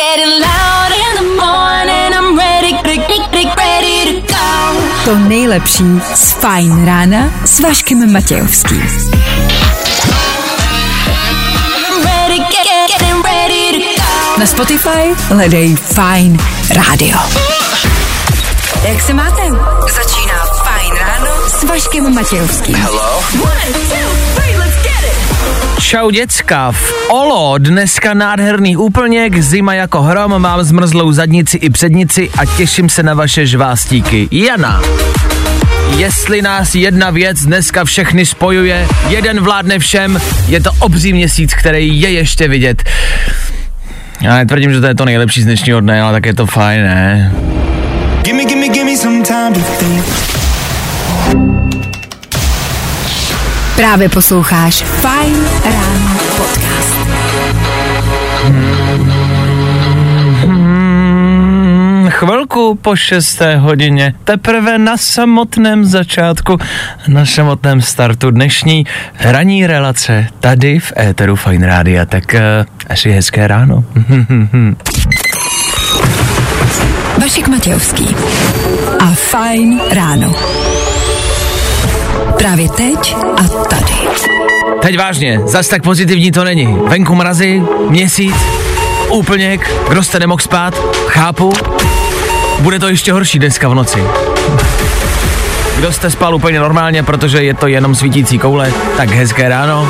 To nejlepší z Fajn rána s Vaškem Matějovským. Na Spotify hledej Fajn rádio. Jak se máte? Začíná Fajn ráno s Vaškem Matějovským. Hello? Čau děcka, v Olo dneska nádherný úplněk, zima jako hrom, mám zmrzlou zadnici i přednici a těším se na vaše žvástíky. Jana, jestli nás jedna věc dneska všechny spojuje, jeden vládne všem, je to obří měsíc, který je ještě vidět. Já netvrdím, že to je to nejlepší z dnešního dne, ale tak je to fajn, ne? Gimme some time to think. Právě posloucháš Fajn ráno podcast. Chvilku po 6. hodině, teprve na samotném začátku, na samotném startu dnešní ranní relace tady v éteru Fajn rádia, tak asi hezké ráno. Vašek Matějovský a Fajn ráno. Právě teď a tady. Teď vážně, zas tak pozitivní to není. Venku mrazy, měsíc, úplněk, kdo jste nemohl spát, chápu. Bude to ještě horší dneska v noci. Kdo jste spal úplně normálně, protože je to jenom svítící koule, tak hezké ráno.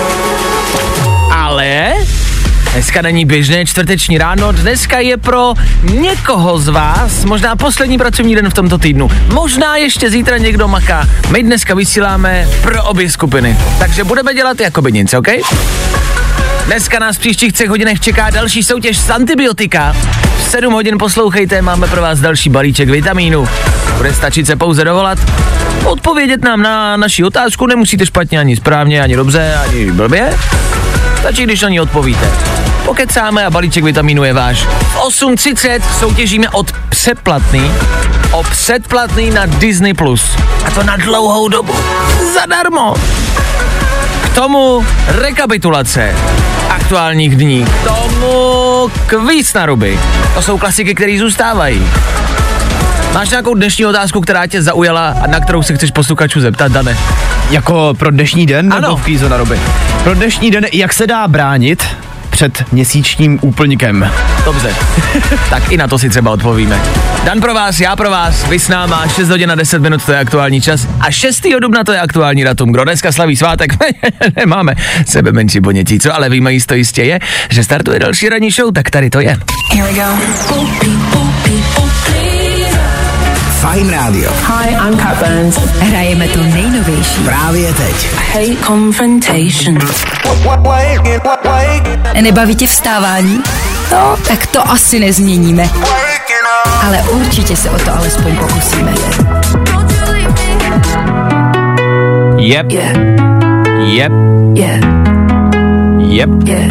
Ale dneska není běžné čtvrteční ráno, dneska je pro někoho z vás možná poslední pracovní den v tomto týdnu. Možná ještě zítra někdo maká. My dneska vysíláme pro obě skupiny, takže budeme dělat jakoby nic, OK? Dneska nás v příštích 3 hodinách čeká další soutěž z antibiotika. V 7 hodin poslouchejte, máme pro vás další balíček vitamínů. Bude stačit se pouze dovolat, odpovědět nám na naši otázku, nemusíte špatně ani správně, ani dobře, ani blbě. Stačí, když na ní odpovíte. Pokecáme a balíček vitamínu je váš. V 8:30 soutěžíme o předplatný na Disney+. A to na dlouhou dobu. Zadarmo. K tomu rekapitulace aktuálních dní. K tomu kvíz na ruby. To jsou klasiky, které zůstávají. Máš nějakou dnešní otázku, která tě zaujala a na kterou se chceš posluchačů zeptat, Dane? Jako pro dnešní den? Ano. Nebo v kvízu na ruby? Pro dnešní den, jak se dá bránit před měsíčním úplňkem? Dobře, tak i na to si třeba odpovíme. Dan pro vás, já pro vás, vy s náma, 6 hodin a 10 minut, to je aktuální čas a 6. dubna to je aktuální datum. Kdo dneska slaví svátek? Nemáme sebe menší ponětí, co ale víme jistě je, že startuje další ranní show, tak tady to je. Here we go. Fajn rádio. Hi, I'm Kat Burns. Hrajeme to nejnovější. Právě teď. Hate confrontation. Nebaví tě vstávání? No, tak to asi nezměníme. Ale určitě se o to alespoň pokusíme. Yep. Yeah, Yep. yeah, Yep. yeah.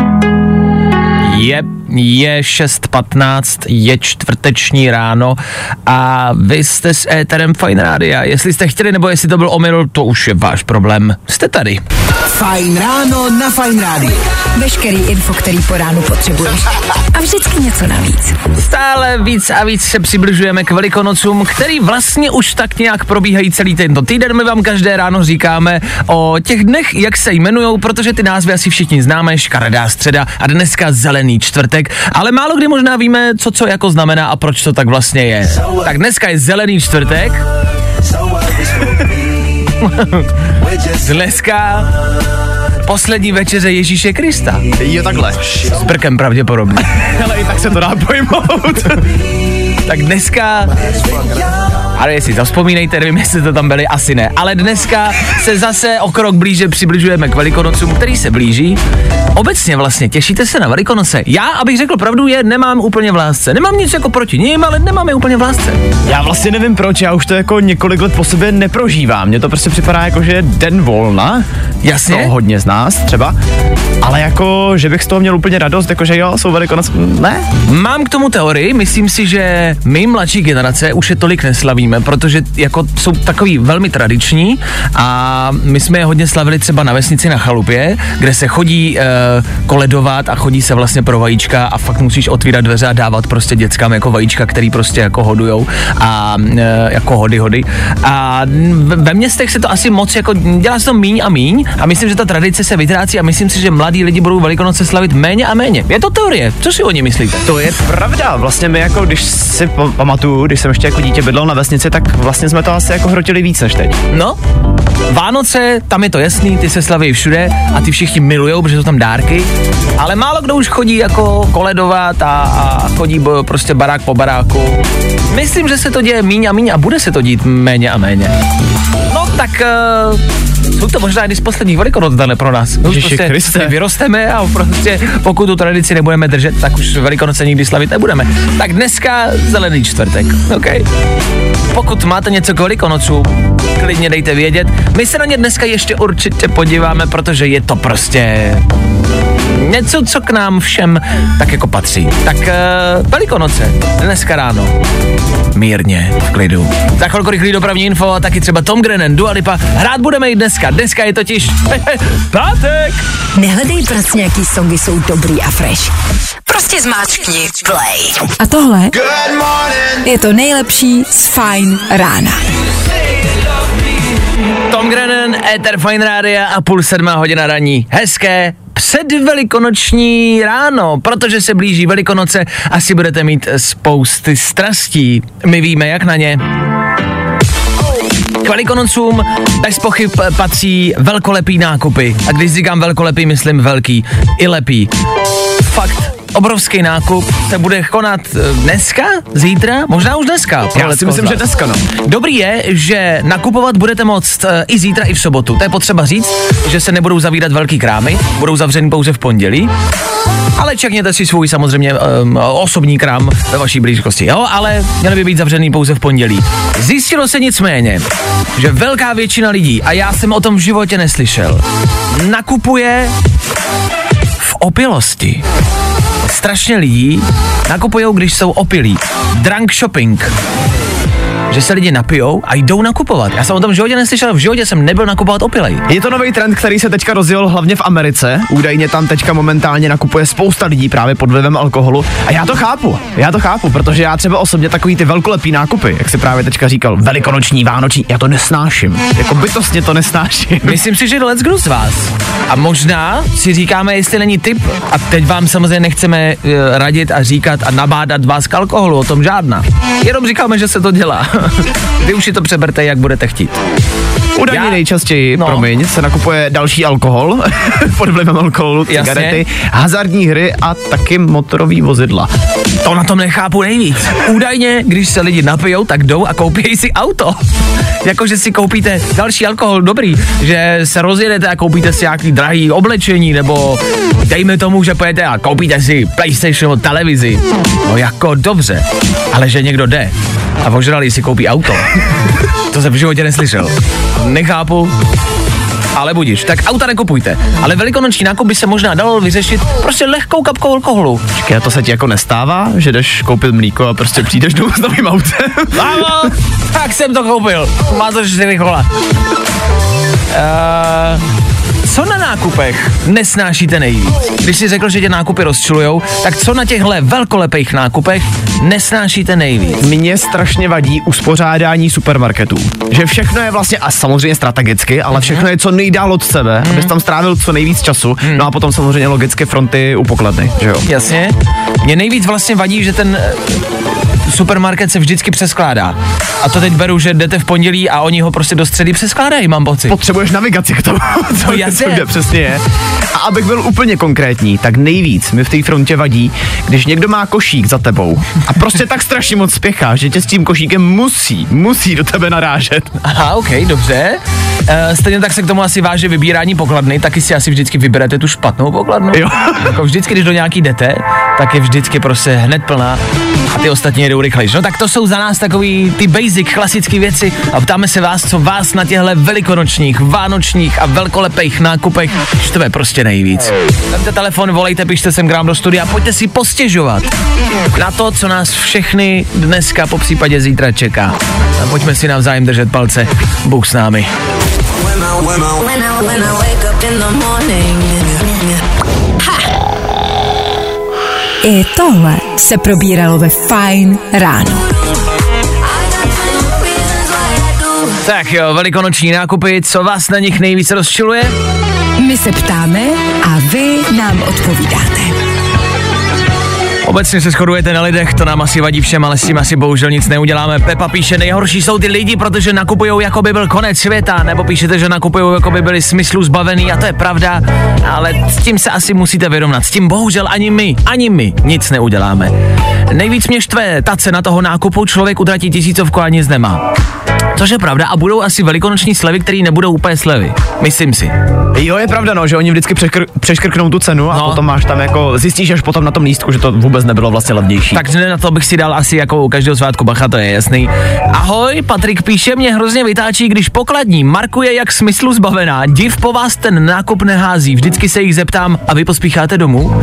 Je 6:15, je čtvrteční ráno a vy jste s éterem Fajn rádia. Jestli jste chtěli nebo jestli to byl omyl, to už je váš problém. Jste tady. Fajn ráno na Fajn rádiu. Veškerý info, který po ránu potřebuješ. A vždycky něco navíc. Stále víc a víc se přibližujeme k Velikonocům, který vlastně už tak nějak probíhají celý tento týden. My vám každé ráno říkáme o těch dnech, jak se jmenujou, protože ty názvy asi všichni známe, škaredá středa a dneska zelený čtvrtek, ale málo kdy možná víme, co jako znamená a proč to tak vlastně je. Tak dneska je zelený čtvrtek. Dneska poslední večeře Ježíše Krista. Jo, takhle. S brkem pravděpodobně. Ale i tak se to dá pojmout. Tak dneska, ale jestli to vzpomínejte, nevím, jestli to tam byli, asi ne, ale dneska se zase o krok blíže přibližujeme k Velikonocům, který se blíží. Obecně vlastně, těšíte se na Velikonoce? Já, abych řekl pravdu, je nemám úplně v lásce. Nemám nic jako proti nim, ale nemám je úplně v lásce. Já vlastně nevím proč, já už to jako několik let po sobě neprožívám. Mně to prostě připadá jako, že je den volna. Jasně? To hodně z nás nás třeba, ale jako, že bych z toho měl úplně radost, jakože jo, jsou Velikonoce, ne? Mám k tomu teorii, myslím si, že my mladší generace už je tolik neslavíme, protože jako jsou takový velmi tradiční a my jsme je hodně slavili třeba na vesnici na chalupě, kde se chodí koledovat a chodí se vlastně pro vajíčka a fakt musíš otvírat dveře a dávat prostě dětskám jako vajíčka, který prostě jako hodujou a jako hody. A ve městech se to asi moc jako dělá se to míň a míň a myslím, že ta tradice se vytrácí a myslím si, že mladí lidi budou Velikonoce slavit méně a méně. Je to teorie, co si o ní myslíte? To je pravda, vlastně my jako, když si pamatuju, když jsem ještě jako dítě bydlel na vesnici, tak vlastně jsme to asi jako hrotili víc než teď. No, Vánoce, tam je to jasný, ty se slaví všude a ty všichni milujou, protože jsou tam dárky, ale málo kdo už chodí jako koledovat a chodí prostě barák po baráku. Myslím, že se to děje míň a míň a bude se to dít méně a méně. No tak jsou to možná jedny z posledních Velikonoc dane pro nás. Už prostě vyrosteme a prostě pokud tu tradici nebudeme držet, tak už Velikonoce nikdy slavit nebudeme. Tak dneska zelený čtvrtek, OK. Pokud máte něco k Velikonocu, klidně dejte vědět. My se na ně dneska ještě určitě podíváme, protože je to prostě něco, co k nám všem tak jako patří. Tak Velikonoce, dneska ráno. Mírně, v klidu. Za chvilku rychlý dopravní info a taky třeba Tom Grennan, Dua Lipa. Hrát budeme i dneska. Dneska je totiž pátek. Nehledej pracňáký songy, jsou dobrý a fresh. Prostě zmáčkni play. A tohle je to nejlepší z Fajn rána. Tom Grennan, Éter Fajn rádia a 6:30 ranní. Hezké předvelikonoční ráno, protože se blíží Velikonoce, asi budete mít spousty strastí. My víme, jak na ně. K Velikonocům bez pochyb patří velkolepý nákupy. A když říkám velkolepý, myslím velký i lepý. Fakt. Obrovský nákup se bude konat dneska, zítra, možná už dneska. Já si myslím, že dneska, no. Dobrý je, že nakupovat budete moct i zítra, i v sobotu. To je potřeba říct, že se nebudou zavírat velký krámy, budou zavřený pouze v pondělí. Ale čekněte si svůj samozřejmě osobní krám ve vaší blízkosti, jo? Ale měly by být zavřený pouze v pondělí. Zjistilo se nicméně, že velká většina lidí, a já jsem o tom v životě neslyšel, nakupuje v opilosti. Strašně lidí nakupujou, když jsou opilí. Drunk shopping. Že se lidi napijou a jdou nakupovat. Já jsem o tom v životě neslyšel, v životě jsem nebyl nakupovat opilej. Je to nový trend, který se teďka rozjel hlavně v Americe. Údajně tam teďka momentálně nakupuje spousta lidí právě pod vlivem alkoholu. A já to chápu, protože já třeba osobně takový ty velkolepý nákupy, jak si právě teďka říkal, velikonoční, vánoční, já to nesnáším. Jako bytostně to nesnáším. Myslím si, že leckdo z vás. A možná si říkáme, jestli není tip, a teď vám samozřejmě nechceme radit a říkat a nabádat vás k alkoholu, o tom žádná. Jenom říkáme, že se to dělá. Vy už si to přeberte, jak budete chtít. Údajně nejčastěji, se nakupuje další alkohol, pod vlivem alkoholu, cigarety, hazardní hry a taky motorový vozidla. To na tom nechápu nejvíc. Údajně, když se lidi napijou, tak jdou a koupí si auto. Jakože si koupíte další alkohol, dobrý, že se rozjedete a koupíte si nějaký drahý oblečení, nebo dejme tomu, že pojete a koupíte si PlayStation, televizi. No jako dobře, ale že někdo jde a ožralý si koupí auto, to jsem v životě neslyšel. Nechápu, ale budiš. Tak auta nekupujte, ale velikonoční nákup by se možná dalo vyřešit prostě lehkou kapkou alkoholu. Počkej, to se ti jako nestává, že jdeš koupit mlíko a prostě přijdeš domů s novým autem? Mámo, tak jsem to koupil. Má to 4 kola. Co na nákupech nesnášíte nejvíc? Když jsi řekl, že tě nákupy rozčilujou, tak co na těchto velkolepých nákupech nesnášíte nejvíc? Mně strašně vadí uspořádání supermarketů. Že všechno je vlastně, a samozřejmě strategicky, ale všechno je co nejdál od sebe, abys tam strávil co nejvíc času, no a potom samozřejmě logicky fronty u pokladny, že jo? Jasně. Mě nejvíc vlastně vadí, že ten supermarket se vždycky přeskládá. A to teď beru, že jdete v pondělí a oni ho prostě do středy přeskládají, mám pocit. Potřebuješ navigaci k tomu, kde přesně je. A abych byl úplně konkrétní, tak nejvíc mi v té frontě vadí, když někdo má košík za tebou a prostě tak strašně moc spěchá, že tě s tím košíkem musí do tebe narážet. Aha, ok, dobře. Stejně tak se k tomu asi váže vybírání pokladny, taky si asi vždycky vyberete tu špatnou pokladnu. Jo. Jako vždycky, když do nějaký jdete, tak je vždycky prostě hned plná a ty ostatní jedou rychlejš. No tak to jsou za nás takový ty basic, klasické věci a ptáme se vás, co vás na těchto velikonočních, vánočních a velkolepých nákupech štve prostě nejvíc. Vemte telefon, volejte, pište sem k nám do studia a pojďte si postěžovat na to, co nás všechny dneska, po případě zítra čeká. A pojďme si navzájem držet palce. Bůh s námi. I tohle se probíralo ve Fajn ráno. Tak jo, velikonoční nákupy, co vás na nich nejvíce rozčiluje? My se ptáme a vy nám odpovídáte. Obecně se shodujete na lidech, to nám asi vadí všem, ale s tím asi bohužel nic neuděláme. Pepa píše, nejhorší jsou ty lidi, protože nakupujou, jako by byl konec světa, nebo píšete, že nakupujou, jako by byli smyslu zbavený a to je pravda, ale s tím se asi musíte vyrovnat. S tím bohužel ani my nic neuděláme. Nejvíc mě štve ta cena toho nákupu, člověk utratí 1000 a nic nemá. Což je pravda a budou asi velikonoční slevy, které nebudou úplně slevy. Myslím si. Jo, je pravda, no, že oni vždycky přeškrknou tu cenu a potom máš tam jako, zjistíš až potom na tom lístku, že to vůbec nebylo vlastně levnější. Takže na to bych si dal asi jako u každého svátku bacha, to je jasný. Ahoj, Patrik píše, mě hrozně vytáčí, když pokladní markuje jak smyslu zbavená, div po vás ten nákup nehází, vždycky se jich zeptám a vy pospícháte domů?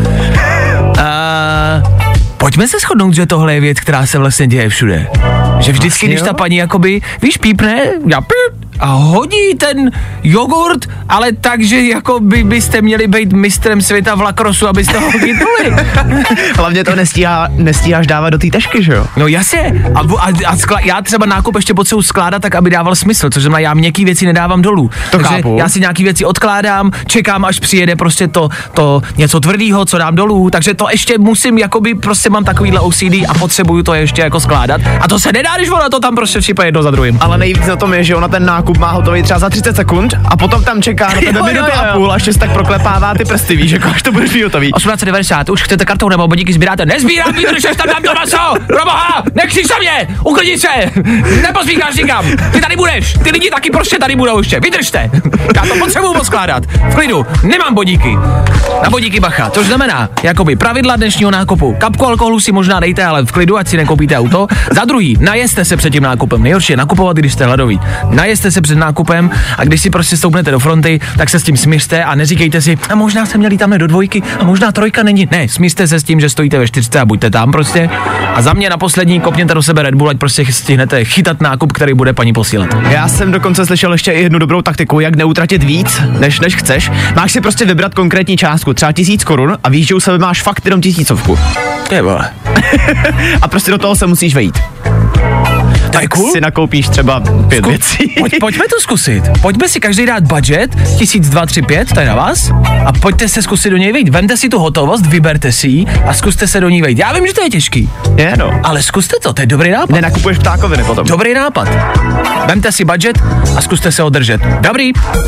Pojďme se shodnout, že tohle je věc, která se vlastně děje všude. Že vždycky, vlastně, když ta paní jakoby, víš, pípne, a hodí ten jogurt, ale tak, že jako byste měli být mistrem světa v lakrosu, abyste ho chytnuli. Hlavně to nestíháš dávat do té tašky, že jo? No jasně. Já třeba nákup ještě potřebuji skládat tak, aby dával smysl, což znamená, já měkký věci nedávám dolů. To chápu. Já si nějaký věci odkládám, čekám, až přijede prostě to něco tvrdýho, co dám dolů, takže to ještě musím, jakoby prostě mám takovýhle OCD a potřebuju to ještě jako skládat. A to se nedá, když ona to tam prostě šípe jedno za druhým. Ale nejvíc na tom je, že ona ten nákup má hotový třeba za 30 sekund a potom tam čeká na tebe minutu a půl a ještě tak proklepává ty prsty, víš, jako až to bude hotový. 1890, už chcete kartou nebo bodíky sbíráte? Nezbírám, vydržeš tam to maso! Proboha, nekřič se mě! Uklidni se! Nepozvíkáš nikam! Ty tady budeš! Ty lidi taky prostě tady budou ještě, vydržte! Já to potřebuju poskládat. V klidu, nemám bodíky. Na bodíky bacha, což znamená, jakoby pravidla dnešního nákupu. Kapku alkoholu si možná dejte, ale v klidu, ať si nekoupíte auto. Za druhý, najeste se před tím nákupem. Nejhorší je nakupovat, když jste hladový. Najeste se před nákupem a když si prostě stoupnete do fronty, tak se s tím smířte a neříkejte si, a možná se měli tam do 2 a možná 3 není. Ne, smířte se s tím, že stojíte ve 4 a buďte tam prostě. A za mě na poslední kopněte do sebe Red Bull, ať prostě stihnete chytat nákup, který bude paní posílat. Já jsem dokonce slyšel ještě jednu dobrou taktiku, jak neutratit víc, než chceš. Máš si prostě vybrat konkrétní částku, třeba 1000 korun a víš, že u sebe máš fakt jenom 1000. Je vole. A prostě do toho se musíš vejít. Tak cool. Si nakoupíš třeba 5 věcí. Pojďme to zkusit. Pojďme si každý dát budget 1000, 2, 3, 5, to je na vás. A pojďte se zkusit do něj vejít. Vemte si tu hotovost, vyberte si ji a zkuste se do ní vejít. Já vím, že to je těžký. Je, no. Ale zkuste to je dobrý nápad. Nenakupuješ ptákoviny potom. Dobrý nápad. Vemte si budget a zkuste se ho držet. Dobrý.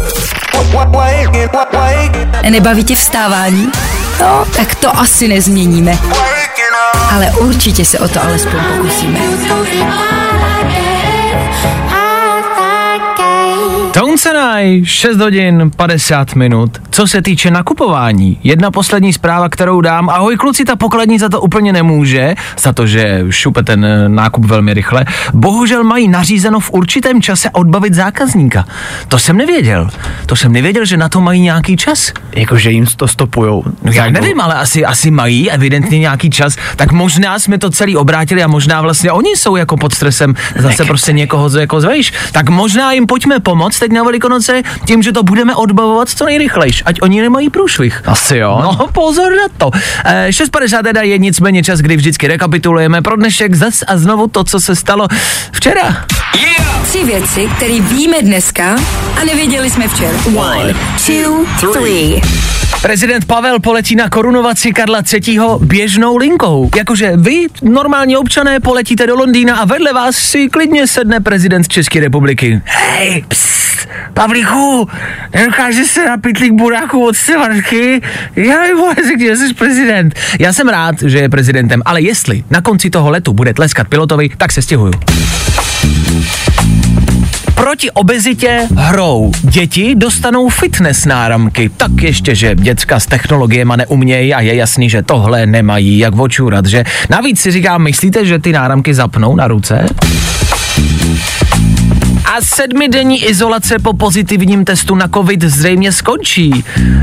Nebaví tě vstávání? No, tak to asi nezměníme. Ale určitě se o to alespoň pokusíme. Tones and I, 6 hodin 50 minut. Co se týče nakupování, jedna poslední zpráva, kterou dám. Ahoj kluci, ta pokladní za to úplně nemůže, za to, že šupe ten nákup velmi rychle. Bohužel mají nařízeno v určitém čase odbavit zákazníka. To jsem nevěděl, že na to mají nějaký čas. Jakože jim to stopujou. No já nevím, ale asi mají evidentně nějaký čas. Tak možná jsme to celý obrátili a možná vlastně oni jsou jako pod stresem. Zase prostě někoho jako zvejš. Tak možná jim pojďme pomoct teď na Velikonoce tím, že to budeme odbavovat co nejrychlejš, ať oni nemají průšvih. Asi jo. No pozor na to. 6:50 teda je nicméně čas, kdy vždycky rekapitulujeme pro dnešek zas a znovu to, co se stalo včera. Yeah! 3 věci, které víme dneska a nevěděli jsme včera. 1, 2, 3. Prezident Pavel poletí na korunovaci Karla III. Běžnou linkou. Jakože vy, normální občané, poletíte do Londýna a vedle vás si klidně sedne prezident České republiky. Hej, psst, Pavlíku, nedokáže se na pytlík buráku od Stevarky? Já mi vole, řekni, že jsi prezident. Já jsem rád, že je prezidentem, ale jestli na konci toho letu bude tleskat pilotovi, tak se stěhuju. Proti obezitě hrou. Děti dostanou fitness náramky. Tak ještě, že děcka s technologiema neumějí a je jasný, že tohle nemají jak očurat, že? Navíc si říkám, myslíte, že ty náramky zapnou na ruce? A 7denní izolace po pozitivním testu na covid zřejmě skončí.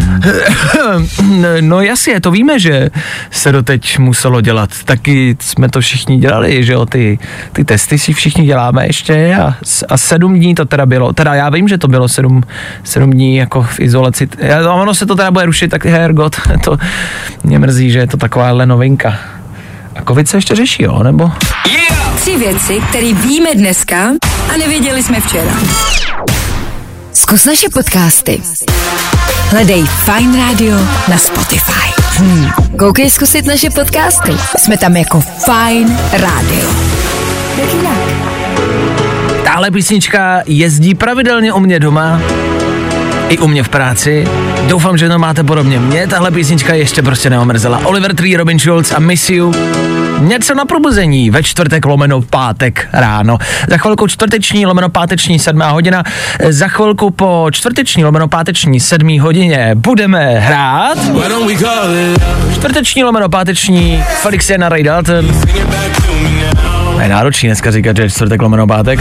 No jasně, to víme, že se doteď muselo dělat. Taky jsme to všichni dělali, že jo, ty testy si všichni děláme ještě a 7 dní to teda bylo. Teda já vím, že to bylo 7 dní jako v izolaci. Ono se to teda bude rušit, tak hergot, to mě mrzí, že je to takováhle novinka. A covid se ještě řeší, jo, nebo? 3 věci, které víme dneska a nevěděli jsme včera. Zkus naše podcasty. Hledej Fajn Radio na Spotify. Koukej zkusit naše podcasty. Jsme tam jako Fajn Radio. Jak jinak? Tahle písnička jezdí pravidelně u mě doma i u mě v práci. Doufám, že to máte podobně. Mě tahle písnička ještě prostě neomrzela. Oliver Tree, Robin Schulz a Miss You. Něco na probuzení ve čtvrtek / pátek ráno. Za chvilku čtvrteční / páteční 7. hodina. Za chvilku po čtvrteční / páteční 7. hodině budeme hrát čtvrteční / páteční Felixia Ray Dalton. Je náročný dneska říkat, že je čtvrtek / pátek.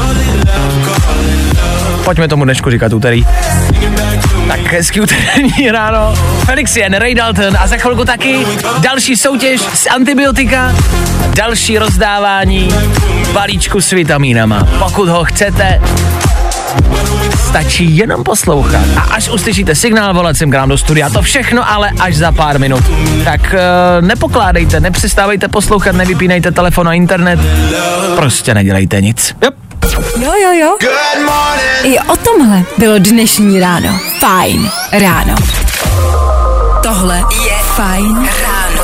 Pojďme tomu dnešku říkat úterý. Tak hezký úterní ráno. Felixia Ray Dalton a za chvilku taky další soutěž z antibiotika, další rozdávání balíčku s vitamínama. Pokud ho chcete, stačí jenom poslouchat. A až uslyšíte signál, volat sem k nám do studia. To všechno ale až za pár minut. Tak nepokládejte, nepřestávejte poslouchat, nevypínejte telefon a internet. Prostě nedělejte nic. Yep. Jo. I o tomhle bylo dnešní ráno. Fajn ráno. Tohle je Fajn ráno.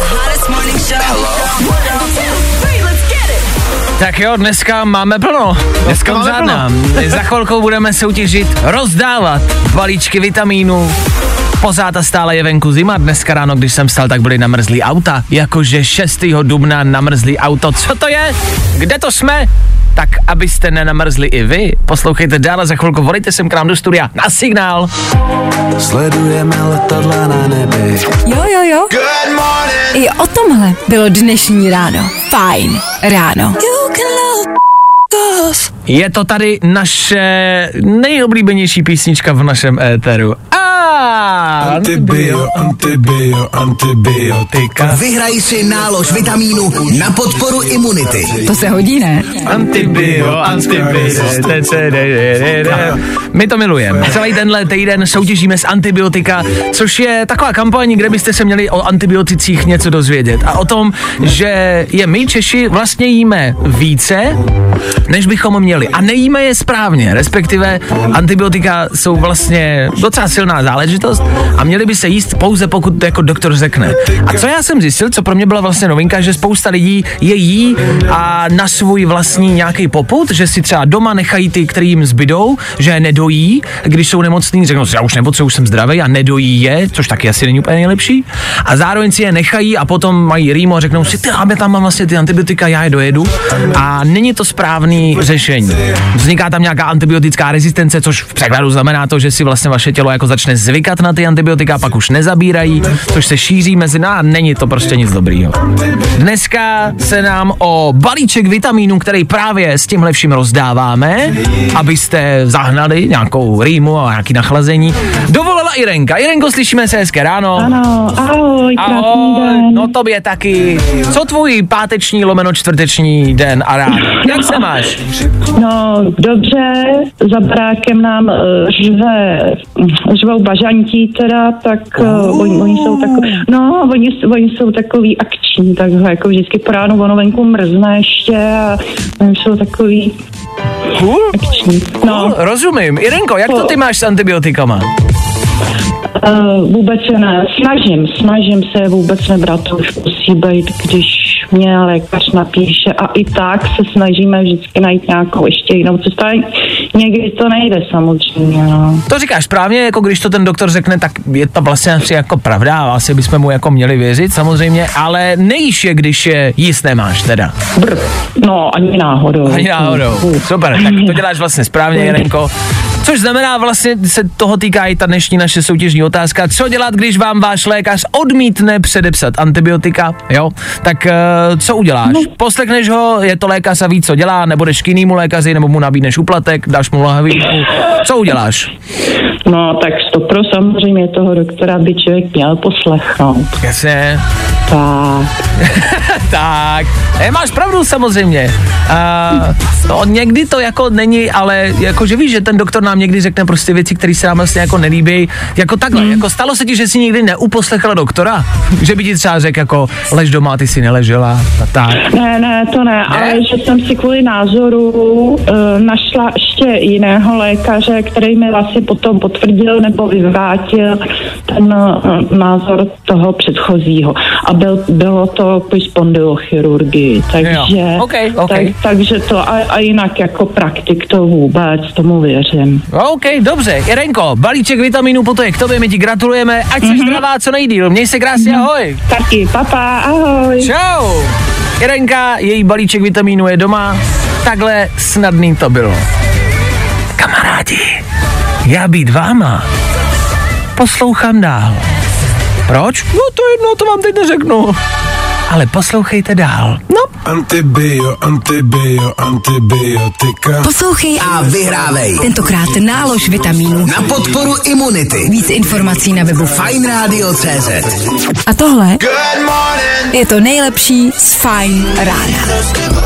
Tak jo, dneska máme plno. Dneska máme žádná. Za chvilkou budeme soutěžit, rozdávat balíčky vitamínů. Pořád a stále je venku zima. Dneska ráno, když jsem vstal, tak byly namrzlý auta. Jakože 6. dubna namrzlý auto. Co to je? Kde to jsme? Tak abyste nenamrzli i vy, poslouchejte dál a za chvilku volejte sem k nám do studia na signál. Sledujeme letadla na nebi. Jo. Good morning. I o tomhle bylo dnešní ráno. Fajn ráno. Je to tady naše nejoblíbenější písnička v našem éteru. Antibiotika. Vyhraj si nálož vitamínu na podporu imunity. To se hodí, ne? My to milujeme. Celý tenhle týden soutěžíme s antibiotika, což je taková kampaň, kde byste se měli o antibioticích něco dozvědět. A o tom, že je my Češi vlastně jíme více, než bychom měli. A nejíme je správně, respektive antibiotika jsou vlastně docela silná záležitost a měli by se jíst pouze pokud to jako doktor řekne. A co já jsem zjistil, co pro mě byla vlastně novinka, že spousta lidí je jí a na svůj vlastní nějaký popud, že si třeba doma nechají ty, který jim zbydou, že je nedojí, když jsou nemocní, řeknou si, já už nepotřebuji, už jsem zdravý a nedojí je, což taky asi není úplně nejlepší. A zároveň si je nechají a potom mají rýmu a řeknou si, já tam mám vlastně ty antibiotika, já je dojedu. A není to správný řešení. Vzniká tam nějaká antibiotická rezistence, což v překladu znamená to, že si vlastně vaše tělo jako začne zvykat na ty antibiotika, pak už nezabírají, což se šíří mezi námi a není to prostě nic dobrýho. Dneska se nám o balíček vitamínů, který právě s tímhle vším rozdáváme, abyste zahnali nějakou rýmu a nějaký nachlazení, dovolila Irenka. Irenko, slyšíme se hezké ráno. Ano, ahoj, krásný den. No tobě taky. Co tvůj páteční / čtvrteční den a ráno? Jak se máš? No, dobře, za barákem nám řvou bažantí teda, tak oni jsou takový, no, oni jsou takový akční, takhle, jako vždycky po ránu ono venku mrzne ještě a oni jsou takový akční. No. Rozumím. Irenko, jak to ty máš s antibiotikama? Vůbec se ne, snažím se vůbec nebrat, to už musí být, když mě lékař napíše a i tak se snažíme vždycky najít nějakou ještě jinou cestu. někdy to nejde samozřejmě, no. To říkáš správně, jako když to ten doktor řekne, tak je to vlastně asi jako pravda, asi bychom mu jako měli věřit samozřejmě, ale nejíš je, když je jíst nemáš teda. No, ani náhodou. Ani náhodou. Super, tak to děláš vlastně správně, Jelenko. Což znamená, vlastně se toho týká i ta dnešní naše soutěžní otázka. Co dělat, když vám váš lékař odmítne předepsat antibiotika, jo? Tak co uděláš? No. Poslechneš ho, je to lékař a ví, co dělá, nebo jdeš k jinému lékaři, nebo mu nabídneš úplatek, dáš mu lahvičku. Co uděláš? No, tak stopro samozřejmě toho doktora by člověk měl poslechnout. Jasně. Tak. Tak, máš pravdu samozřejmě. No, někdy to jako není, ale jako že víš, že ten doktor nám někdy řekne prostě věci, které se nám vlastně jako nelíbí. Jako takhle, jako stalo se ti, že jsi nikdy neuposlechla doktora? Že by ti třeba řekl jako lež doma, ty si neležela a tak. Ne, to ne, ale že jsem si kvůli názoru našla ještě jiného lékaře, který mi vlastně potom potvrdil nebo vyvrátil ten názor toho předchozího. A bylo to po spondylochirurgii, takže, okay. takže to a jinak jako praktik to vůbec, tomu věřím. OK, dobře. Jerenko, balíček vitaminů po to je k tobě, my ti gratulujeme, ať jsi zdravá co nejdýl. Měj se krásně, ahoj. Taky, papa, ahoj. Čau. Jerenka, její balíček vitamínů je doma, takhle snadný to bylo. Kamarádi, já být váma, poslouchám dál. Proč? No to jedno, to vám teď neřeknu. Ale poslouchejte dál. No. Antibiotika. Poslouchej A vyhrávej. tentokrát nálož vitamínů. Na podporu imunity. Víc informací na webu Fajnradio.cz. A tohle je to nejlepší z Fajn rána.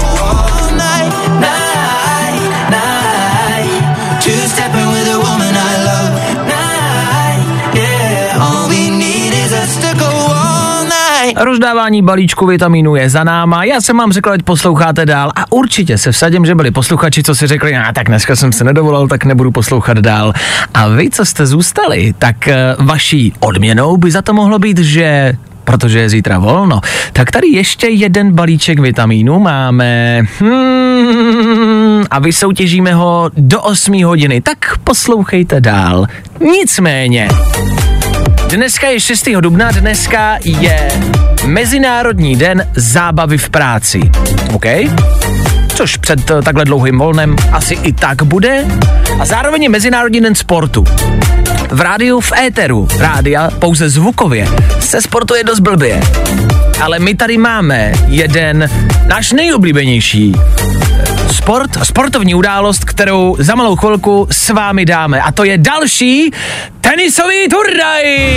Rozdávání balíčku vitamínů je za náma, já jsem vám řekl, ať posloucháte dál a určitě se vsadím, že byli posluchači, co si řekli, tak dneska jsem se nedovolal, tak nebudu poslouchat dál. A vy, co jste zůstali, tak vaší odměnou by za to mohlo být, že protože je zítra volno, tak tady ještě jeden balíček vitamínů máme a vysoutěžíme ho do 8 hodiny, tak poslouchejte dál. Nicméně, dneska je 6. dubna, dneska je Mezinárodní den zábavy v práci. OK? Což před takhle dlouhým volnem asi i tak bude. A zároveň je Mezinárodní den sportu. V rádiu, v éteru rádia, pouze zvukově, se sportuje dost blbě. Ale my tady máme jeden náš nejoblíbenější sportovní událost, kterou za malou chvilku s vámi dáme. A to je další tenisový turnaj!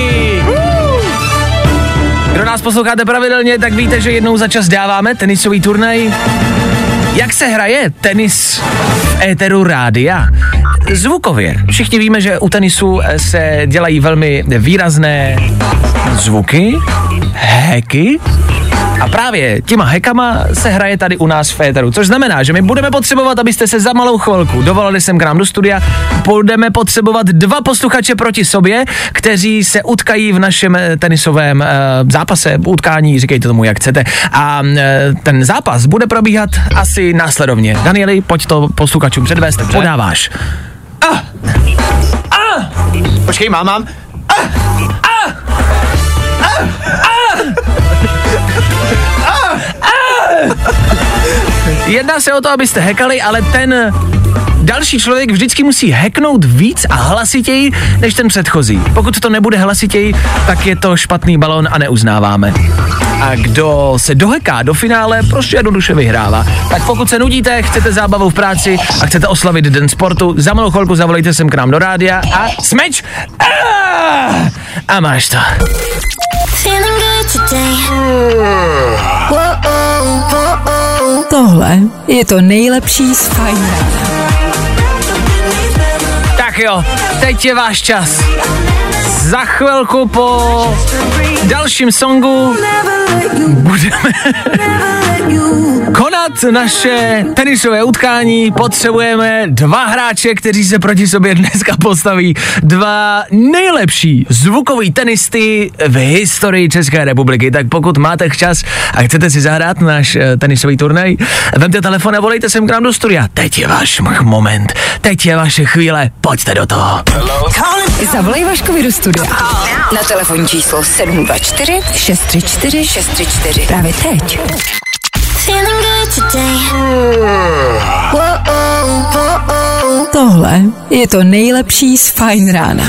Kdo nás posloucháte pravidelně, tak víte, že jednou za čas dáváme tenisový turnaj. Jak se hraje tenis v éteru rádia? Zvukově. Všichni víme, že u tenisu se dělají velmi výrazné zvuky, heky, a právě těma hekama se hraje tady u nás v éteru, což znamená, že my budeme potřebovat, abyste se za malou chvilku dovolali sem k nám do studia, budeme potřebovat 2 posluchače proti sobě, kteří se utkají v našem tenisovém zápase, utkání, říkejte tomu, jak chcete. A ten zápas bude probíhat asi následovně. Danieli, pojď to posluchačům předvést, podáváš. Počkej, mám. Jedná se o to, abyste hekali, ale ten další člověk vždycky musí heknout víc a hlasitěji než ten předchozí. Pokud to nebude hlasitěji, tak je to špatný balón a neuznáváme. A kdo se doheká do finále, prostě jednoduše vyhrává. Tak pokud se nudíte, chcete zábavu v práci a chcete oslavit den sportu, za malou chvilku zavolejte sem k nám do rádia a smeč! A máš to. Tohle je to nejlepší z Fajn rána. Tak jo, teď je váš čas. Za chvilku po dalším songu budeme konat naše tenisové utkání potřebujeme 2 hráče, kteří se proti sobě dneska postaví. 2 nejlepší zvukový tenisty v historii České republiky. Tak pokud máte čas a chcete si zahrát náš tenisový turnaj, vemte telefon a volejte sem k nám do studia. Teď je váš moment, teď je vaše chvíle, pojďte do toho. Zavolej Vaškovi do studia. Na telefonní číslo 724 634 634. Právě teď. Tohle je to nejlepší z Fajn rána.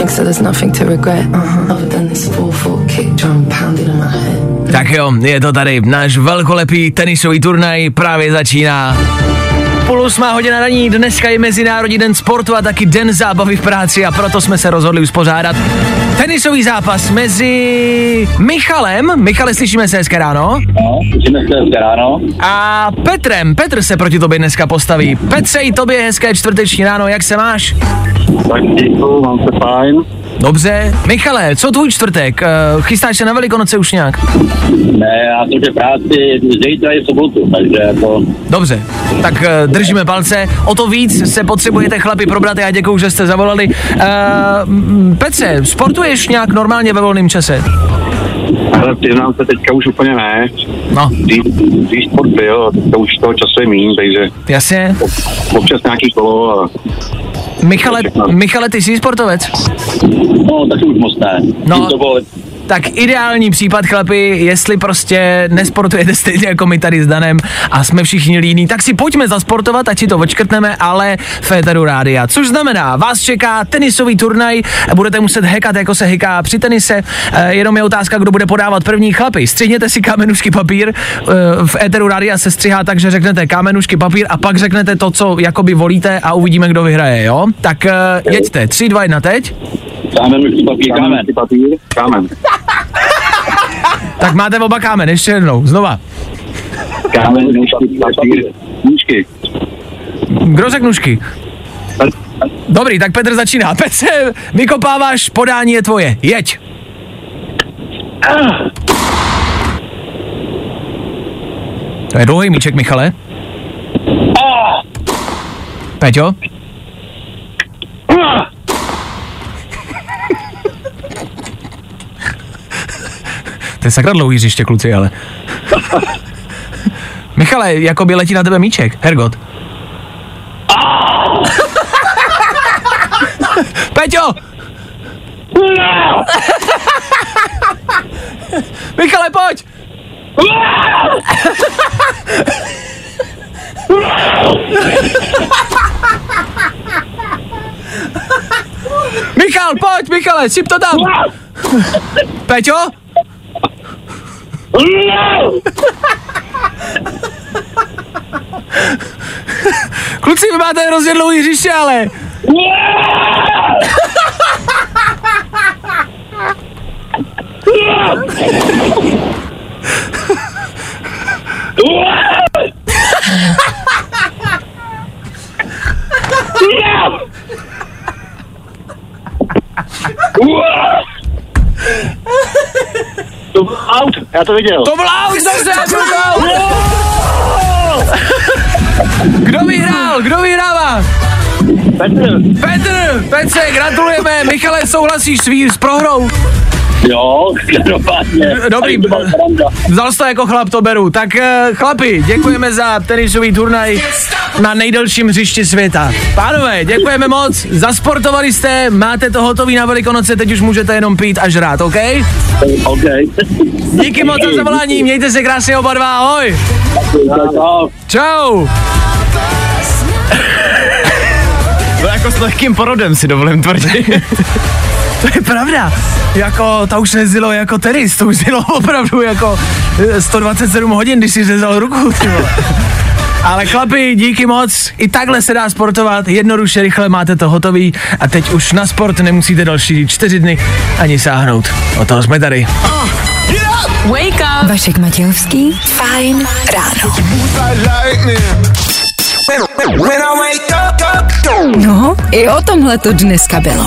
Tak jo, je to tady. Náš velkolepý tenisový turnaj právě začíná. 7:30 raní, dneska je Mezinárodní den sportu a taky den zábavy v práci a proto jsme se rozhodli uspořádat tenisový zápas mezi Michalem. Michale, slyšíme se hezké ráno? No, slyšíme se hezké ráno. A Petrem. Petr se proti tobě dneska postaví. Petře, i tobě hezké čtvrteční ráno, jak se máš? Tak děkuju, mám se fajn. Dobře. Michale, co tvůj čtvrtek? Chystáš se na Velikonoce už nějak? Ne, já jsem v práci zítra i v sobotu, takže jako... Dobře, tak držíme palce. O to víc se potřebujete chlapi probrat, já děkuju, že jste zavolali. Petře, sportuješ nějak normálně ve volném čase? Ale přiznám se, teďka už úplně ne. No. Dřív sport byl, teďka už toho času je míň, takže... Jasně. Občas nějaký kolo a... Michale, ty jsi sportovec? No, taky už moc ne. No, tak ideální případ, chlapi, jestli prostě nesportujete stejně jako my tady s Danem a jsme všichni líní, tak si pojďme zasportovat, ať si to odškrtneme, ale v éteru rádia. Což znamená, vás čeká tenisový turnaj, budete muset hekat, jako se heká při tenise, jenom je otázka, kdo bude podávat první, chlapi. Střihněte si kámenušky papír, v éteru rádia se střihá tak, že řeknete kámenušky papír a pak řeknete to, co jakoby volíte a uvidíme, kdo vyhraje, jo? Tak jeďte, 3, 2, 1, teď. Kámen. Tak máte oba kámen, ještě jednou, znova. Kámen, nůžky, papír, nůžky. Kdo řekl nůžky? Dobrý, tak Petr začíná. Petře, vykopáváš, podání je tvoje, jeď. To je dlouhý míček, Michale. Peťo? To je sakra dlouhý hřiště, kluci, ale... Michale, jakoby letí na tebe míček. Hergot. Peťo! Michale, pojď! Michal, pojď, Michale, syp to tam! Peťo? Kluci, vy máte hrozně dlouhý hřiště, ale... To byl out, já to viděl. To byl out, zase, Kdo vyhrává? Petr, gratulujeme. Michale, souhlasíš s prohrou? Jo, každopádně. Dobrý, vzal jsi to jako chlap, to beru. Tak chlapi, děkujeme za tenisový turnaj na nejdelším hřišti světa. Pánové, děkujeme moc, zasportovali jste, máte to hotový na Velikonoce, teď už můžete jenom pít a žrát, OK? OK. Díky moc za zavolání, mějte se krásně oba dva, ahoj. Čau. To jako s lehkým porodem, si dovolím tvrdit. To je pravda, jako ta už nezilo jako tenis, to už zilo opravdu jako 127 hodin, když si řezal ruku, ty vole. Ale chlapi, díky moc, i takhle se dá sportovat, jednoduše, rychle máte to hotový a teď už na sport nemusíte další 4 dny ani sáhnout. O toho jsme tady. Wake up! Vašek Matějovský, Fajn ráno. No, i o tomhle to dneska bylo.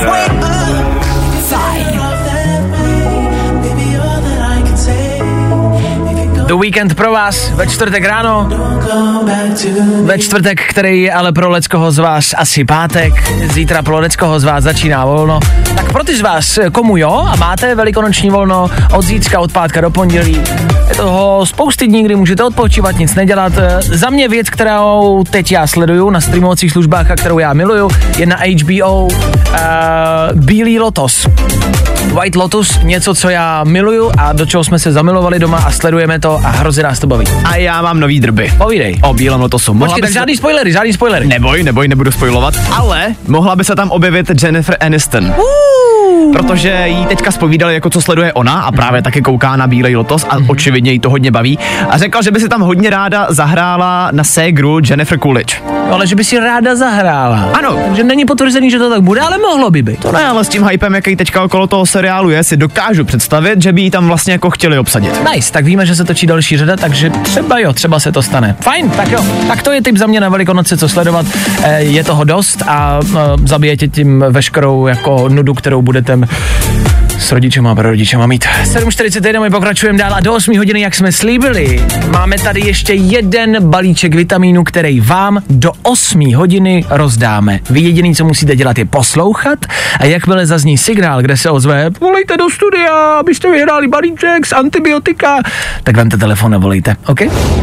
Fajn. The Weeknd pro vás ve čtvrtek ráno. Ve čtvrtek, který je ale pro leckoho z vás asi pátek. Zítra pro leckoho z vás začíná volno. Tak pro ty z vás, komu jo a máte velikonoční volno od zítřka, od pátka do pondělí. Je toho spousty dní, kdy můžete odpočívat, nic nedělat. Za mě věc, kterou teď já sleduju na streamovacích službách a kterou já miluju, je na HBO Bílý lotos. White Lotus, něco, co já miluju a do čeho jsme se zamilovali doma a sledujeme to a hrozně nás to baví. A já mám nový drby. Povídej. O Bílém lotosu. Počkej, tak žádný spoilery. Neboj, nebudu spoilovat, ale mohla by se tam objevit Jennifer Aniston. Protože jí teďka zpovídali, jako co sleduje ona a právě taky kouká na Bílej lotos a očividně jí to hodně baví. A řekla, že by si tam hodně ráda zahrála na ségru Jennifer Coolidge. Ale že by si ráda zahrála. Ano. Takže není potvrzený, že to tak bude, ale mohlo by být. To ne, ale s tím hypem, jaký teďka okolo toho seriálu je, si dokážu představit, že by jí tam vlastně jako chtěli obsadit. Nice, tak víme, že se točí další řada, takže třeba se to stane. Fajn, tak jo. Tak to je tip za mě na Velikonoce, co sledovat. Je toho dost a zabijete tím veškerou jako nudu, kterou budete s rodičema a prarodičema mít. 7:41, my pokračujeme dál a do 8 hodiny, jak jsme slíbili. Máme tady ještě jeden balíček vitamínů, který vám do 8 hodiny rozdáme. Vy jediný, co musíte dělat, je poslouchat a jakmile zazní signál, kde se ozve, volejte do studia, abyste vyhráli balíček z antibiotika, tak vemte telefon a volejte, OK?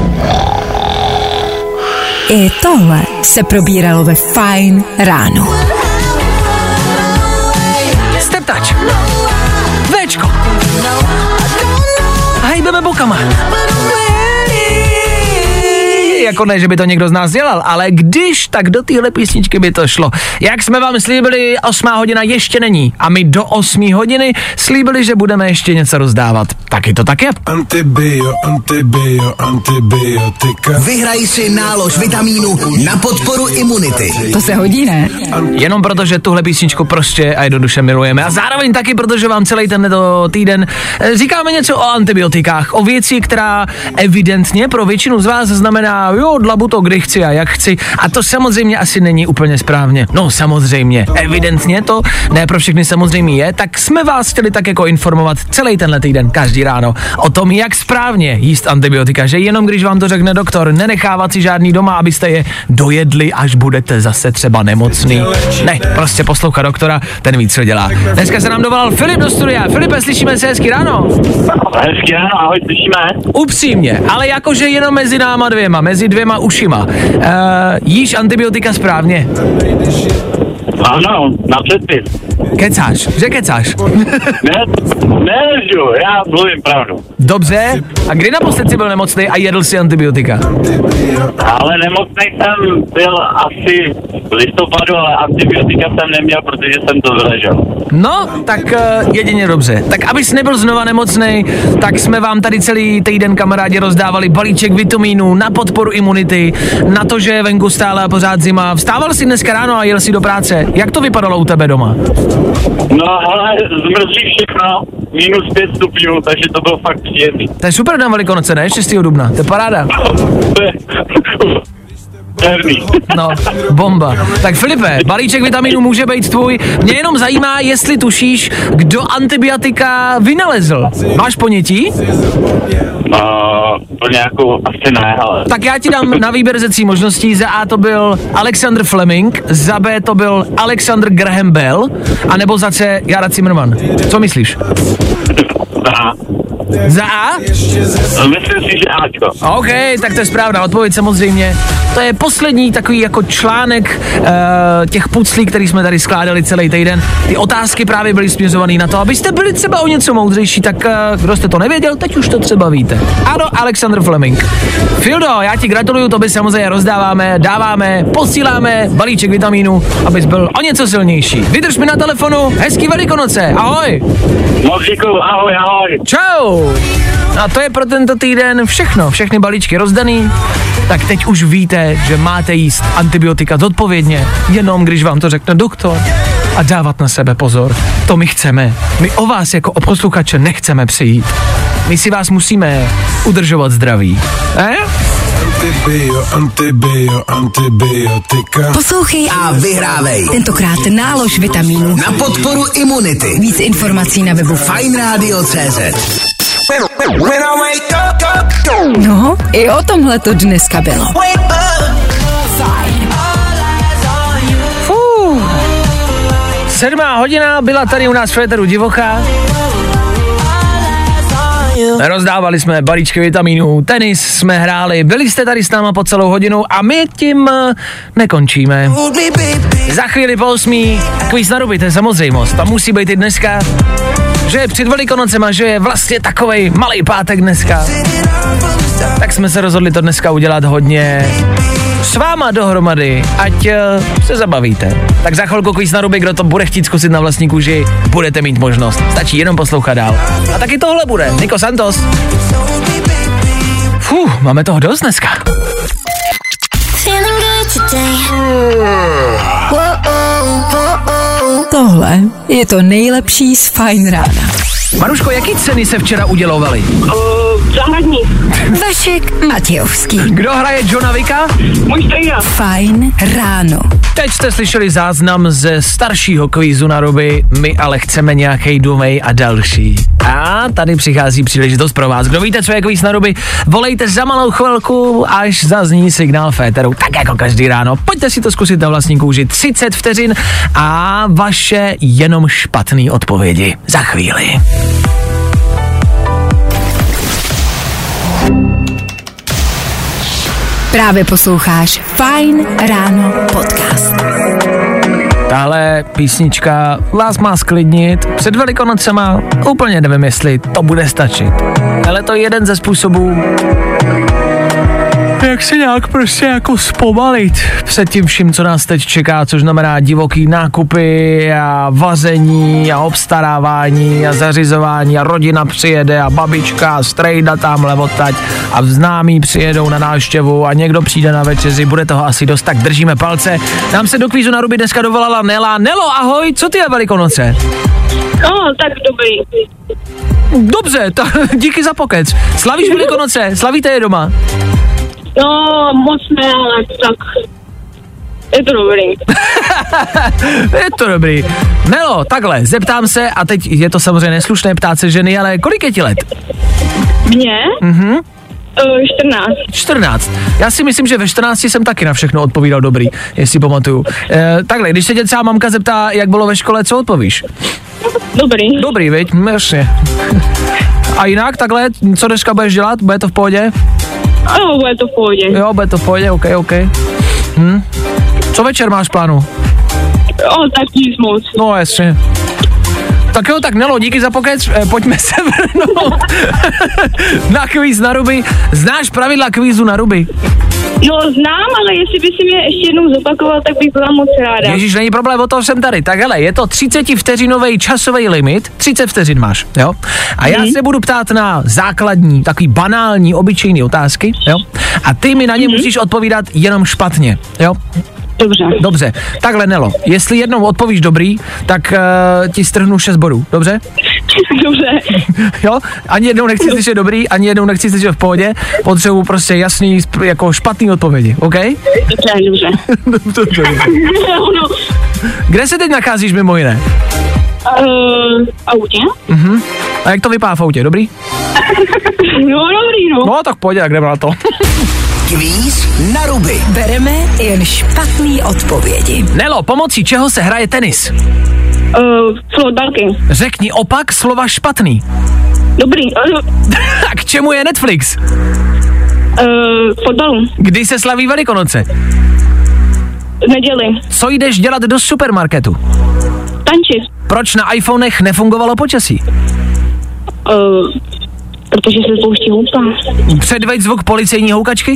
I tohle se probíralo ve Fajn ráno. Step touch. Véčko. A hejbeme bokama. Jako ne, že by to někdo z nás dělal, ale když, tak do téhle písničky by to šlo. Jak jsme vám slíbili, 8 hodina ještě není a my do 8 hodiny slíbili, že budeme ještě něco rozdávat. Taky to tak je. Antibiotika. Vyhraj si nálož vitamínu na podporu imunity. To se hodí, ne? Jenom proto, že tuhle písničku prostě a jednoduše milujeme a zároveň taky, protože vám celý tento týden říkáme něco o antibiotikách, o věci, která evidentně pro většinu z vás znamená jo, dlabu to kdy chci a jak chci a to samozřejmě asi není úplně správně. No samozřejmě, evidentně to ne pro všechny samozřejmě je, tak jsme vás chtěli tak jako informovat celý tenhle týden, každý ráno, o tom, jak správně jíst antibiotika, že jenom když vám to řekne doktor, nenechávat si žádný doma, abyste je dojedli, až budete zase třeba nemocný. Ne, prostě poslouchat doktora, ten víc co dělá. Dneska se nám dovolal Filip do studia. Filipe, slyšíme se, hezky ráno? Hezky ráno, ahoj, slyšíme? Upřímně, ale jakože jenom mezi náma dvěma, mezi dvěma ušima. Jíš antibiotika správně? Ano, na předpis. Kecáš, že kecáš? Nelžu, já mluvím pravdu. Dobře, a kdy naposled jsi byl nemocný a jedl si antibiotika? Ale nemocnej jsem byl asi v listopadu, ale antibiotika jsem neměl, protože jsem to vyležel. No, tak jedině dobře. Tak abys nebyl znova nemocnej, tak jsme vám tady celý týden, kamarádi, rozdávali balíček vitamínů na podporu imunity, na to, že je venku stále a pořád zima. Vstával jsi dneska ráno a jel si do práce. Jak to vypadalo u tebe doma? No, ale zmrzlí všechno, -5 stupňů, takže to bylo fakt příjemný. To je super na Velikonoce, ne? 6. dubna, to je paráda. No, bomba. Tak Filipe, balíček vitamínů může být tvůj. Mě jenom zajímá, jestli tušíš, kdo antibiotika vynalezl. Máš ponětí? To nějakou asi ne, ale... Tak já ti dám na výběr ze 3 možností. Za A to byl Alexander Fleming, za B to byl Alexander Graham Bell, anebo za C Jara Zimmerman. Co myslíš? Za A? Myslím si, že Ačko. OK, tak to je správná odpověď samozřejmě. To je poslední takový jako článek těch puclí, který jsme tady skládali celý týden. Ty otázky právě byly směřované na to, abyste byli třeba o něco moudřejší, tak kdo jste to nevěděl, teď už to třeba víte. Ano, Alexander Fleming. Fildo, já ti gratuluju, to by samozřejmě rozdáváme, dáváme, posíláme balíček vitamínů, abys byl o něco silnější. Vydrž mi na telefonu, hezký Velikonoce, ahoj. Moc děkuju, ahoj. Čau. A to je pro tento týden všechno, všechny balíčky rozdaný, tak teď už víte, že máte jíst antibiotika zodpovědně, jenom když vám to řekne doktor a dávat na sebe pozor. To my chceme. My o vás jako o posluchače nechceme přijít. My si vás musíme udržovat zdraví. Antibiotika. Poslouchej A vyhrávej. tentokrát nálož vitamínů. Na podporu imunity. Víc informací na webu fajnradio.cz. No, i o tomhle to dneska bylo. Fajn. 7 hodina byla tady u nás v éteru Divochá. Rozdávali jsme balíčky vitamínů, tenis jsme hráli, byli jste tady s náma po celou hodinu a my tím nekončíme. Za chvíli po 8. kvíz na ruby, to je samozřejmost, tam musí být i dneska, že je před Velikonocema, že je vlastně takovej malý pátek dneska. Tak jsme se rozhodli to dneska udělat hodně s váma dohromady, ať se zabavíte. Tak za chvilku kvíz na ruby, kdo to bude chtít zkusit na vlastní kůži, budete mít možnost. Stačí jenom poslouchat dál. A taky tohle bude. Nico Santos. Máme toho dost dneska. Tohle je to nejlepší z Fajn rána. Maruško, jaký ceny se včera udělovaly? Zahradní. Vašek Matějovský. Kdo hraje Johna Wicka? Můj strejda. Fajn ráno. Teď jste slyšeli záznam ze staršího kvízu na ruby, my ale chceme nějaký novej a další. A tady přichází příležitost pro vás. Kdo víte, co je kvíz na ruby, volejte za malou chvilku, až zazní signál féteru. Tak jako každý ráno. Pojďte si to zkusit na vlastní kůži. 30 vteřin a vaše jenom špatný odpovědi. Za chvíli. Právě posloucháš Fajn ráno podcast. Tahle písnička vás má sklidnit před Velikonocema. Úplně nevím, jestli to bude stačit. Ale to je jeden ze způsobů, jak se nějak prostě jako zpomalit před tím vším, co nás teď čeká, což znamená divoký nákupy a vaření a obstarávání a zařizování a rodina přijede a babička a strejda tamhle odtať a známí přijedou na návštěvu a někdo přijde na večeři, bude toho asi dost, tak držíme palce. Nám se do kvízu na ruby dneska dovolala Nela. Nelo, ahoj, co ty je Velikonoce? No, tak dobrý. Dobře, díky za pokec. Slavíš Velikonoce? Slavíte je doma? No, moc ne, ale tak je to dobrý. Je to dobrý. Nelo, takhle, zeptám se, a teď je to samozřejmě neslušné ptát se ženy, ale kolik je ti let? Mně? 14. 14. Já si myslím, že ve 14 jsem taky na všechno odpovídal dobrý, jestli pamatuju. Takhle, když se tě třeba mamka zeptá, jak bylo ve škole, co odpovíš? Dobrý. Dobrý, viď? Jasně. A jinak, takhle, co dneska budeš dělat? Bude to v pohodě? Ano, bude to v pohodě. Jo, bude to v pohodě, ok. Co večer máš v plánu? Tak nic moc. No, jasně. Tak jo, tak Nelo, díky za pokec, pojďme se vrhnout na kvíz na ruby. Znáš pravidla kvízu na ruby? No, znám, ale jestli by si mě ještě jednou zopakoval, tak bych byla moc ráda. Ježíš, není problém, o toho jsem tady. Tak hele, je to 30 časový limit, 30 vteřin máš, jo? A já se budu ptát na základní, takový banální, obyčejný otázky, jo? A ty mi na ně musíš odpovídat jenom špatně, jo? Dobře, takhle Nelo, jestli jednou odpovíš dobrý, tak ti strhnu 6 bodů, dobře? Dobře. Jo, ani jednou nechci slyšet dobrý, ani jednou nechci slyšet v pohodě, potřebuji prostě jasný, jako špatný odpovědi, OK? Dobře. Kde se teď nacházíš mimo jiné? Autě. A jak to vypadá v autě, dobrý? No, dobrý, no. No, tak pojď, tak jdeme na to. Kvíz na ruby. Bereme jen špatný odpovědi. Nelo, pomocí čeho se hraje tenis? Flotbalky. Řekni opak slova špatný. Dobrý. A k čemu je Netflix? Fotbalu. Kdy se slaví Velikonoce? V neděli. Co jdeš dělat do supermarketu? Tančit. Proč na iPhonech nefungovalo počasí? Protože se spouští houpa. Předveď zvuk policejní houkačky.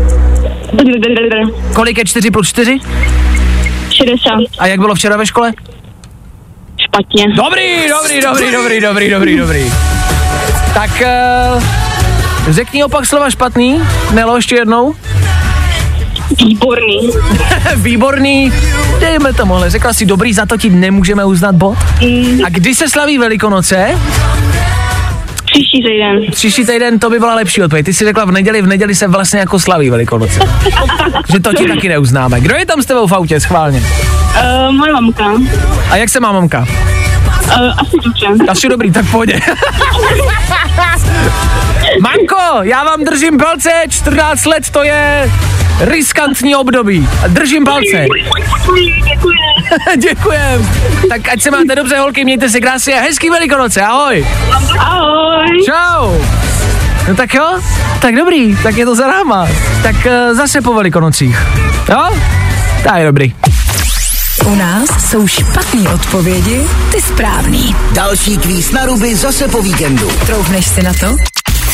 Kolik je 4 plus 4? 60. A jak bylo včera ve škole? Špatně. Dobrý. Tak řekni opak slova špatný. Nelo, ještě jednou. Výborný. Výborný. Dejme tomuhle. Řekla si dobrý, za to ti nemůžeme uznat bod. A kdy se slaví Velikonoce? Příští týden, to by byla lepší odpověď. Ty jsi řekla v neděli se vlastně jako slaví Velikonoce. Že to ti taky neuznáme. Kdo je tam s tebou v autě, schválně? Moje mamka. A jak se má mamka? Asi dobře. Asi dobrý, tak pohodě. Manko, já vám držím palce, 14 let to je riskantní období. Držím palce. Děkuji. Děkujem. Tak ať se máte dobře, holky, mějte se krásně a hezký Velikonoce, ahoj. Ahoj. Čau. No tak jo, tak dobrý, tak je to za náma. Tak zase po Velikonocích. Jo? Tak je dobrý. U nás jsou špatný odpovědi, ty správný. Další kvíz na ruby zase po víkendu. Troufneš si na to?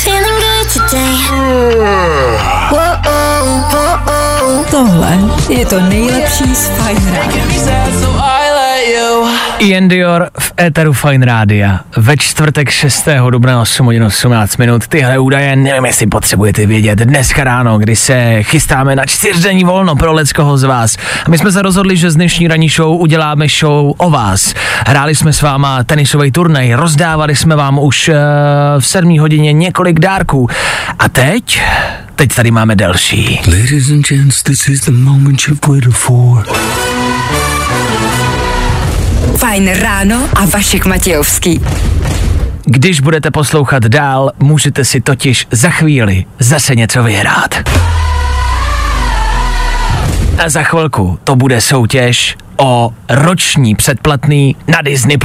Tohle je to nejlepší z Fajn rádia. Ian Dior v éteru Fajn rádia. Ve čtvrtek 6. dubna 8 hodin 18 minut. Tyhle údaje nevím, jestli potřebujete vědět. Dneska ráno, kdy se chystáme na 4denní volno pro leckoho z vás. A my jsme se rozhodli, že z dnešní ranní show uděláme show o vás. Hráli jsme s váma tenisový turnaj, rozdávali jsme vám už v 7 hodině několik dárků. A teď tady máme další. Ladies and gents, this is the moment you've waited for. Fajn ráno a Vašek Matějovský. Když budete poslouchat dál, můžete si totiž za chvíli zase něco vyhrát. A za chvilku to bude soutěž o roční předplatný na Disney+.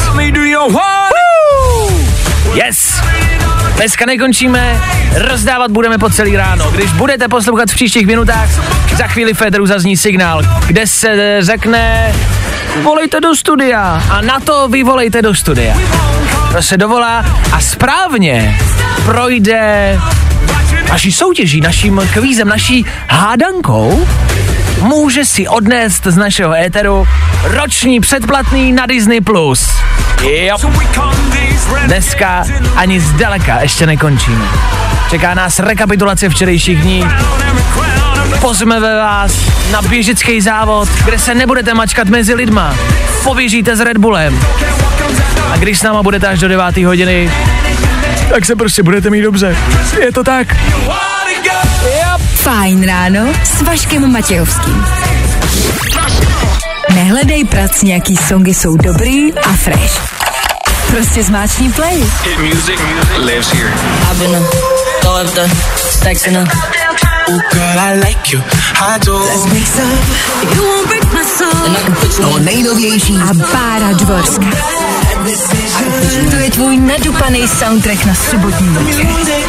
Yes! Dneska nekončíme, rozdávat budeme po celý ráno. Když budete poslouchat v příštích minutách, za chvíli v éteru zazní signál, kde se řekne volejte do studia a na to vy volejte do studia. To se dovolá a správně projde naší soutěží, naším kvízem, naší hádankou, může si odnést z našeho éteru roční předplatný na Disney+. Jo. Dneska ani zdaleka ještě nekončíme. Čeká nás rekapitulace včerejších dní. Pozveme vás na běžecký závod, kde se nebudete mačkat mezi lidma. Poběžíte s Red Bullem. A když s náma budete až do 9. hodiny, tak se prostě budete mít dobře. Je to tak. Fajn ráno s Vaškem Matějovským. Nehledej pracňaký songy jsou dobrý a fresh. Prostě zmáčkni play. Hit music lives here. To nejnovější A Bára Dvorská. To je tvůj nadupaný soundtrack na sobotní večer.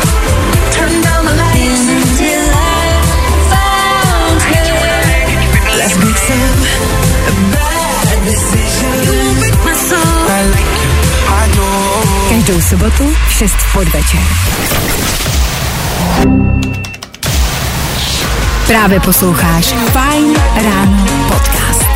Každou sobotu v 6 v podvečer. Právě posloucháš Fajn ráno podcast.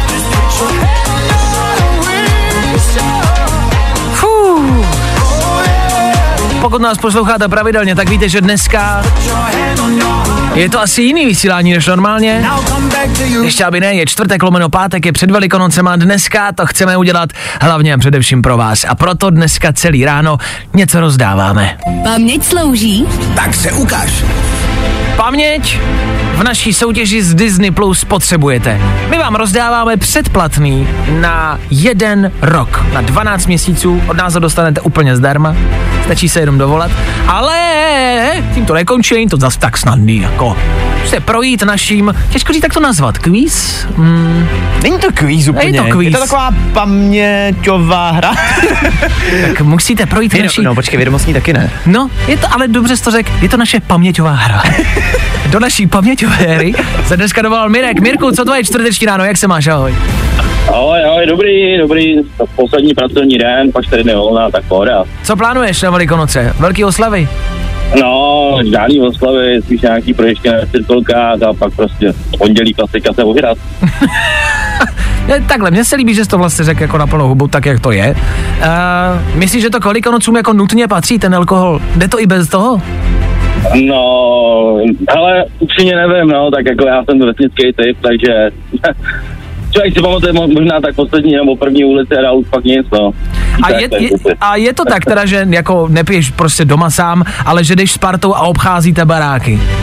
Pokud nás posloucháte pravidelně, tak víte, že dneska je to asi jiný vysílání než normálně. Ještě aby ne, je čtvrtek lomeno pátek, je před Velikonocem a dneska to chceme udělat hlavně a především pro vás. A proto dneska celý ráno něco rozdáváme. Paměť slouží? tak se ukaž. Paměť v naší soutěži z Disney Plus potřebujete. My vám rozdáváme předplatný na 1 rok, na 12 měsíců, od nás ho dostanete úplně zdarma, stačí se jenom dovolat, ale tím to nekončí, není to zas tak snadný, jako musíte projít naším, těžko říct, tak to nazvat, kvíz? Není to kvíz úplně. Je to kvíz. Je to taková paměťová hra. Tak musíte projít naší... No počkej, vědomostní taky ne. No, je to, ale dobře jsi to řekl, je to naše paměťová hra. Do naší paměťové hry se dneska dovolal Mirek. Mirku, co tvoje čtvrteční ráno, jak se máš, ahoj? Ahoj, dobrý, poslední pracovní den, pak 4 dny volna, tak pohoda. Co plánuješ na Velikonoce? Velký oslavy? No, žádný oslavy, spíš nějaký proježďky na cirkulkách a pak prostě pondělí klasika se ohyrat. Takhle, mně se líbí, že jsi to vlastně řekl jako na plnou hubu, tak jak to je. Myslíš, že to k Velikonocům jako nutně patří, ten alkohol? Jde to i bez toho? No, ale upřímně nevím, no, tak jako já jsem vesnický typ, takže člověk si pamatuje možná tak poslední nebo první ulici a dál už pak nic, no. A je to tak teda, že jako nepiješ prostě doma sám, ale že jdeš s partou a obcházíte baráky?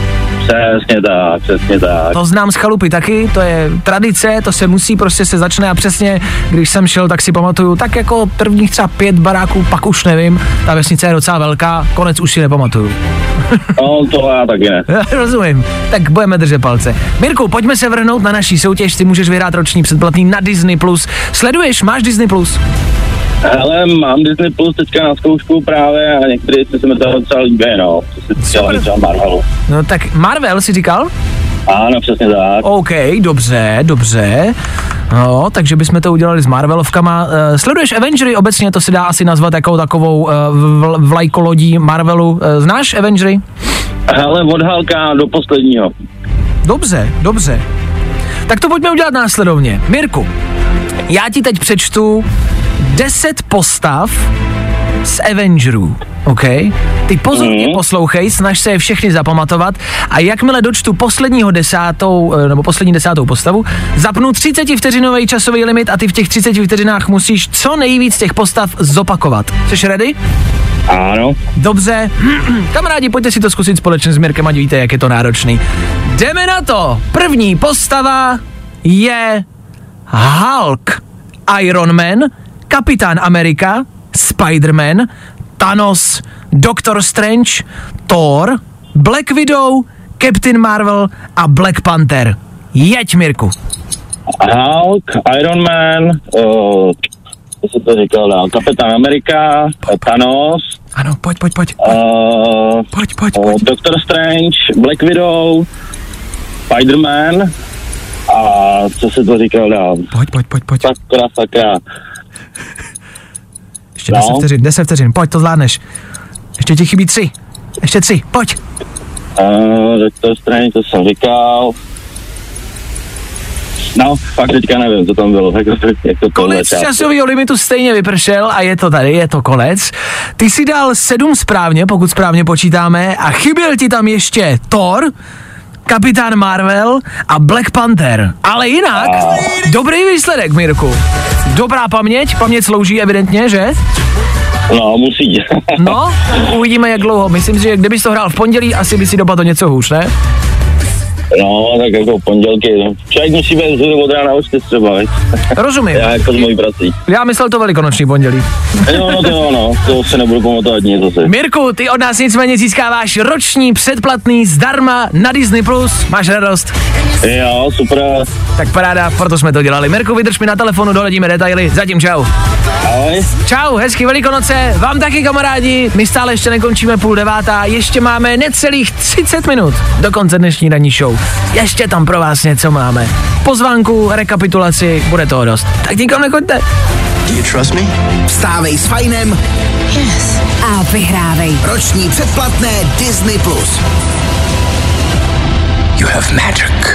Přesně tak. To znám z chalupy taky, to je tradice, to se musí, prostě se začne a přesně, když jsem šel, tak si pamatuju, tak jako prvních třeba 5 baráků, pak už nevím, ta vesnice je docela velká, konec už si nepamatuju. No, to já taky ne. Rozumím, tak budeme držet palce. Mirku, pojďme se vrhnout na naší soutěž, ty můžeš vyhrát roční předplatný na Disney+. Sleduješ, máš Disney+? Hele, mám Disney Plus teďka na zkoušku právě a některé se mi to docela líbí, no. Co se dělali třeba Marvelu. No tak Marvel si říkal? Ano, přesně tak. OK, dobře. No, takže bychom to udělali s Marvelovkama. Sleduješ Avengery? Obecně to se dá asi nazvat jako takovou vlajkolodí Marvelu. Znáš Avengery? Hele, od Hulka do posledního. Dobře. Tak to pojďme udělat následovně. Mirku, já ti teď přečtu 10 postav z Avengerů, OK? Ty pozorně poslouchej, snaž se je všechny zapamatovat a jakmile dočtu poslední 10. postavu, zapnu 30 vteřinový časový limit a ty v těch 30 vteřinách musíš co nejvíc těch postav zopakovat. Jsi ready? Ano. Dobře. Kamarádi, pojďte si to zkusit společně s Mirkem, ať víte, jak je to náročný. Jdeme na to. První postava je Hulk, Iron Man, Kapitán Amerika, Spider-Man, Thanos, Doctor Strange, Thor, Black Widow, Captain Marvel a Black Panther. Jeď, Mirku. Hulk, Iron Man, co se to říkal, Kapitán Amerika, Thanos. Ano, pojď. Pojď. Doctor Strange, Black Widow, Spider-Man a co se to říkal dál? Pojď. Sakra. Ještě 10 vteřin, pojď, to zvládneš. Ještě ti chybí 3. Ještě 3, pojď. Doctor Strange, to jsem říkal. No, fakt teďka nevím, co tam bylo. Konec časového limitu stejně vypršel a je to tady, je to konec. Ty si dal 7 správně, pokud správně počítáme, a chyběl ti tam ještě Thor, Kapitán Marvel a Black Panther. Ale jinak, dobrý výsledek, Mirku. Dobrá paměť slouží evidentně, že? No, musí. No, uvidíme, jak dlouho. Myslím si, že kdybys to hrál v pondělí, asi by si dopadlo něco hůř, ne? No, tak jako pondělky. Člověk musí být vzhůru od rána už třeba, veď? Rozumím. Já jako s mojí prací. Já myslel to velikonoční pondělí. To se nebudu pamatovat nic zase. Mirku, ty od nás nicméně získáváš roční předplatný zdarma na Disney+. Máš radost? Jo, super. Tak paráda, proto jsme to dělali. Mirku, vydrž mi na telefonu, dohledíme detaily. Zatím čau. Ahoj. Čau, hezký Velikonoce, vám taky, kamarádi. My stále ještě nekončíme 8:30, ještě máme necelých 30 minut do konce dnešní ranní show. Ještě tam pro vás něco máme. Pozvánku, rekapitulaci, bude toho dost. Tak nikam nechoďte. Do you trust me? Vstávej s Fajnem. Yes. A vyhrávej. Roční předplatné Disney+. You have magic.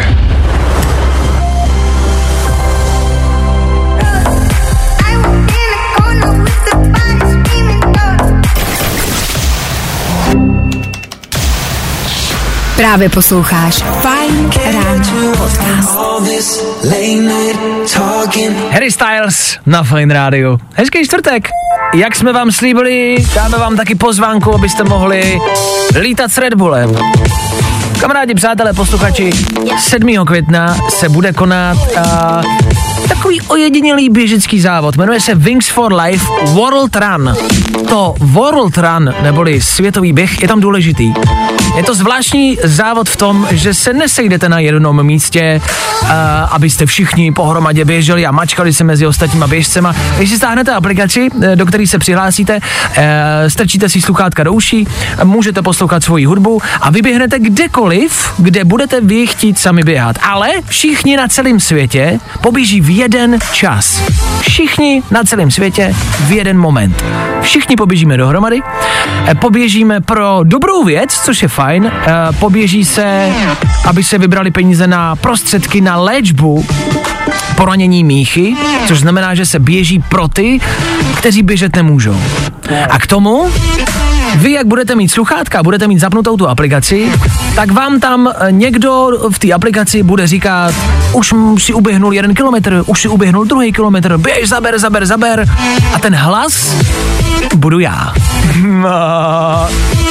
Právě posloucháš Fajn ráno podcast. Harry Styles na Fine Radio. Hezký čtvrtek. Jak jsme vám slíbili, dáme vám taky pozvánku, abyste mohli lítat s Red Bullem. Kamarádi, přátelé, posluchači, 7. května se bude konat takový ojedinělý běžecký závod. Jmenuje se Wings for Life World Run. To World Run, neboli světový běh, je tam důležitý. Je to zvláštní závod v tom, že se nesejdete na jednom místě, abyste všichni pohromadě běželi a mačkali se mezi ostatníma běžcema. Když si stáhnete aplikaci, do které se přihlásíte, strčíte si sluchátka do uší, můžete poslouchat svoji hudbu a vyběhnete kdekoliv, kde budete vy chtít sami běhat. Ale všichni na celém světě poběží v jeden čas. Všichni na celém světě v jeden moment. Všichni poběžíme dohromady, poběžíme pro dobrou věc, což je fajn, poběží se, aby se vybrali peníze na prostředky na léčbu poranění míchy, což znamená, že se běží pro ty, kteří běžet nemůžou. A k tomu, vy jak budete mít sluchátka, budete mít zapnutou tu aplikaci, tak vám tam někdo v té aplikaci bude říkat, už si uběhnul 1 kilometr, už si uběhnul 2 kilometr, běž, zaber a ten hlas budu já.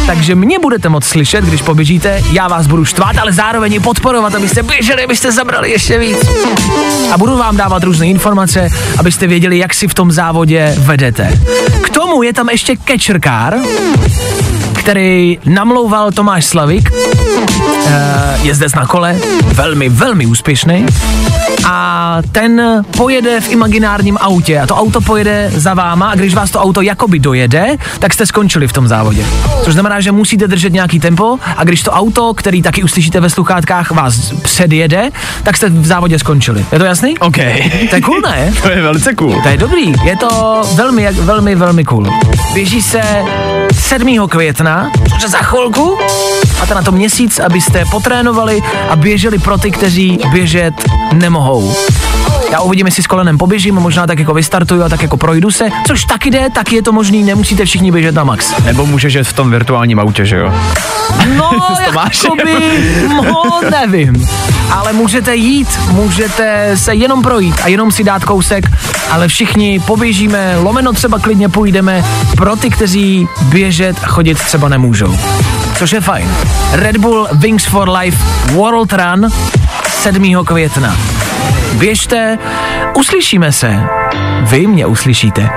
takže mě budete moct slyšet, když poběžíte, já vás budu štvát, ale zároveň i podporovat, abyste běželi, abyste zabrali ještě víc. A budu vám dávat různé informace, abyste věděli, jak si v tom závodě vedete. K tomu je tam ještě catcher car, který namlouval Tomáš Slavík, jezdec na kole, velmi, velmi úspěšný. A ten pojede v imaginárním autě a to auto pojede za váma a když vás to auto jakoby dojede, tak jste skončili v tom závodě. Což znamená, že musíte držet nějaký tempo a když to auto, který taky uslyšíte ve sluchátkách, vás předjede, tak jste v závodě skončili. Je to jasný? OK. To je cool, ne? To je velice cool. To je dobrý, je to velmi, velmi, velmi cool. Běží se 7. května, což je za chvilku, máte na to měsíc, abyste potrénovali a běželi pro ty, kteří běžet nemohou. Já uvidím, jestli s kolenem poběžím, možná tak jako vystartuju a tak jako projdu se, což taky jde, taky je to možný, nemusíte všichni běžet na max. Nebo můžeš jet v tom virtuálním autě, že jo? No, jakoby, nevím. Ale můžete jít, můžete se jenom projít a jenom si dát kousek, ale všichni poběžíme, lomeno třeba klidně půjdeme pro ty, kteří běžet a chodit třeba nemůžou. Což je fajn. Red Bull Wings for Life World Run 7. května. Běžte, uslyšíme se. Vy mě uslyšíte.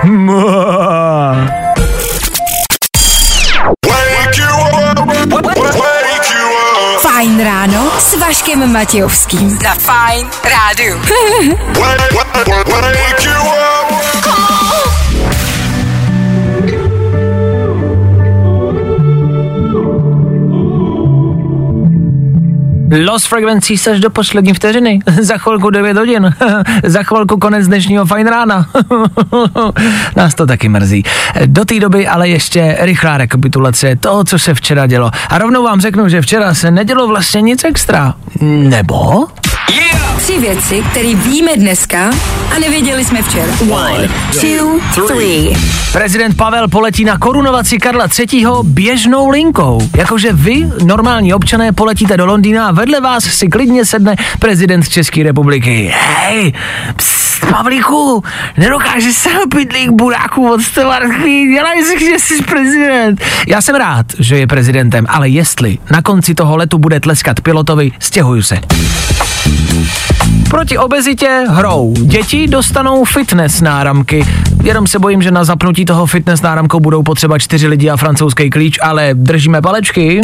Fajn ráno s Vaškem Matějovským. Na Fajn rádiu. Lost Frequencies až do poslední vteřiny. Za chvilku 9 hodin. Za chvilku konec dnešního Fajn rána. Nás to taky mrzí. Do té doby ale ještě rychlá rekapitulace toho, co se včera dělo. A rovnou vám řeknu, že včera se nedělo vlastně nic extra. Nebo? 3 věci, které víme dneska a nevěděli jsme včera. 1, 2, 3. Prezident Pavel poletí na korunovaci Karla III. Běžnou linkou. Jakože vy, normální občané, poletíte do Londýna a vedle vás si klidně sedne prezident České republiky. Hej, Pavlíku, nedokážeš se pytlík buráků od stelarchy, dělaj si, že jsi prezident. Já jsem rád, že je prezidentem, ale jestli na konci toho letu bude tleskat pilotovi, stěhuju se. Proti obezitě hrou. Děti dostanou fitness náramky. Jenom se bojím, že na zapnutí toho fitness náramkou budou potřeba 4 lidi a francouzský klíč, ale držíme palečky.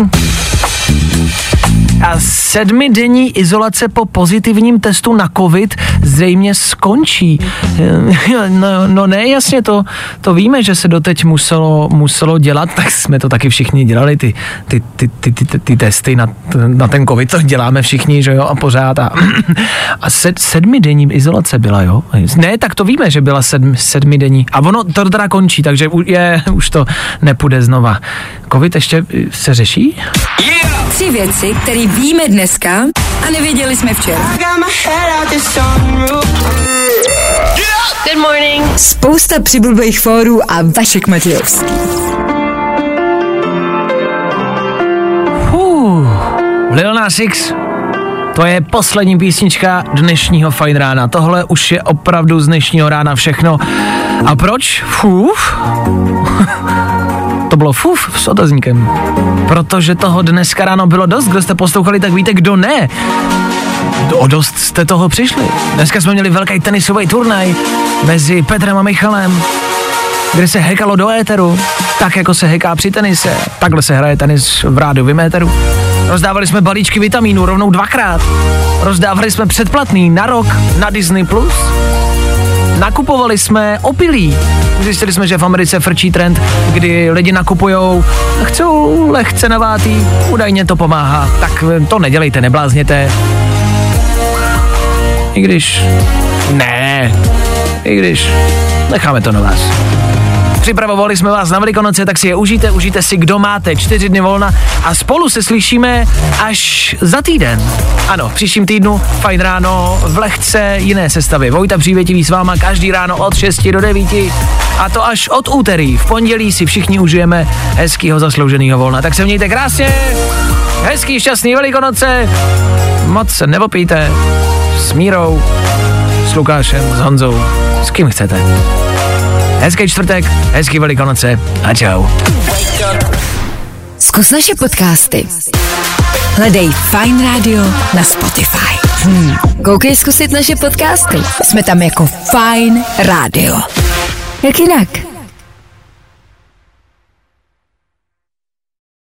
A 7denní izolace po pozitivním testu na covid zřejmě skončí. No ne, jasně, to víme, že se doteď muselo dělat, tak jsme to taky všichni dělali, ty testy na ten covid, to děláme všichni, že jo, a pořád. A 7denní izolace byla, jo? Ne, tak to víme, že byla 7denní. A ono to teda končí, takže už to nepůjde znova. Covid ještě se řeší? 3 věci, které víme dneska a nevěděli jsme včera. Good morning. Spousta přibulbých fórů a Vašek Matějovský. Lil Nas X. To je poslední písnička dnešního Fajn rána. Tohle už je opravdu z dnešního rána všechno. A proč? To bylo s otazníkem. Protože toho dneska ráno bylo dost. Kdo jste poslouchali, tak víte, kdo ne. O dost jste toho přišli. Dneska jsme měli velký tenisový turnaj mezi Petrem a Michalem, kde se hekalo do éteru, tak jako se heká při tenise. Takhle se hraje tenis v rádiovém éteru. Rozdávali jsme balíčky vitamínů rovnou 2krát. Rozdávali jsme předplatný na rok na Disney+. Nakupovali jsme opilí. Zjistili jsme, že v Americe frčí trend, kdy lidi nakupujou a chcou lehce navátý. Údajně to pomáhá. Tak to nedělejte, neblázněte. I když necháme to na vás. Připravovali jsme vás na Velikonoce, tak si je užijte si, kdo máte 4 dny volna a spolu se slyšíme až za týden. Ano, v příštím týdnu Fajn ráno v lehce jiné sestavě. Vojta Přívětivý s váma každý ráno od 6 do 9 a to až od úterý. V pondělí si všichni užijeme hezkýho zaslouženýho volna. Tak se mějte krásně, hezký šťastný Velikonoce, moc se neopijte, s Mírou, s Lukášem, s Honzou, s kým chcete. Hezký čtvrtek, hezký Velikonoce a čau. Zkus naše podcasty. Hledej Fajn Radio na Spotify. Koukej zkusit naše podcasty. Jsme tam jako Fajn Radio. Jak jinak?